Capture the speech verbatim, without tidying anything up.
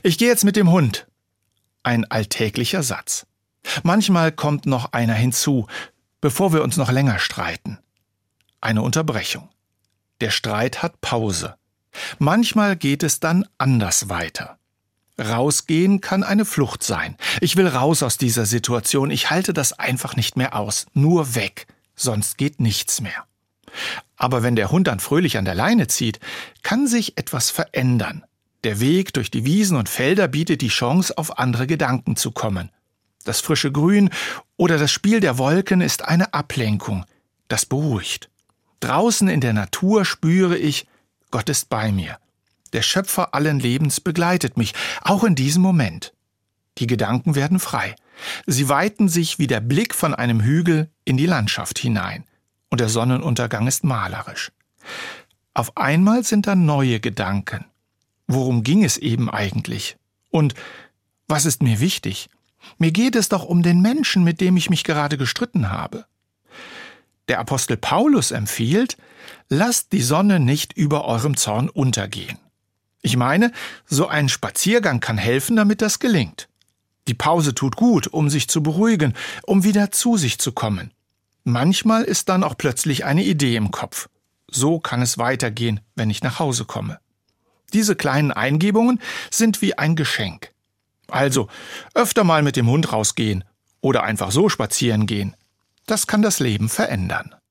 Ich gehe jetzt mit dem Hund. Ein alltäglicher Satz. Manchmal kommt noch einer hinzu, bevor wir uns noch länger streiten. Eine Unterbrechung. Der Streit hat Pause. Manchmal geht es dann anders weiter. Rausgehen kann eine Flucht sein. Ich will raus aus dieser Situation. Ich halte das einfach nicht mehr aus. Nur weg. Sonst geht nichts mehr. Aber wenn der Hund dann fröhlich an der Leine zieht, kann sich etwas verändern. Der Weg durch die Wiesen und Felder bietet die Chance, auf andere Gedanken zu kommen. Das frische Grün oder das Spiel der Wolken ist eine Ablenkung. Das beruhigt. Draußen in der Natur spüre ich, Gott ist bei mir. Der Schöpfer allen Lebens begleitet mich, auch in diesem Moment. Die Gedanken werden frei. Sie weiten sich wie der Blick von einem Hügel in die Landschaft hinein. Und der Sonnenuntergang ist malerisch. Auf einmal sind da neue Gedanken. Worum ging es eben eigentlich? Und was ist mir wichtig? Mir geht es doch um den Menschen, mit dem ich mich gerade gestritten habe. Der Apostel Paulus empfiehlt, lasst die Sonne nicht über eurem Zorn untergehen. Ich meine, so ein Spaziergang kann helfen, damit das gelingt. Die Pause tut gut, um sich zu beruhigen, um wieder zu sich zu kommen. Manchmal ist dann auch plötzlich eine Idee im Kopf. So kann es weitergehen, wenn ich nach Hause komme. Diese kleinen Eingebungen sind wie ein Geschenk. Also, öfter mal mit dem Hund rausgehen oder einfach so spazieren gehen. Das kann das Leben verändern.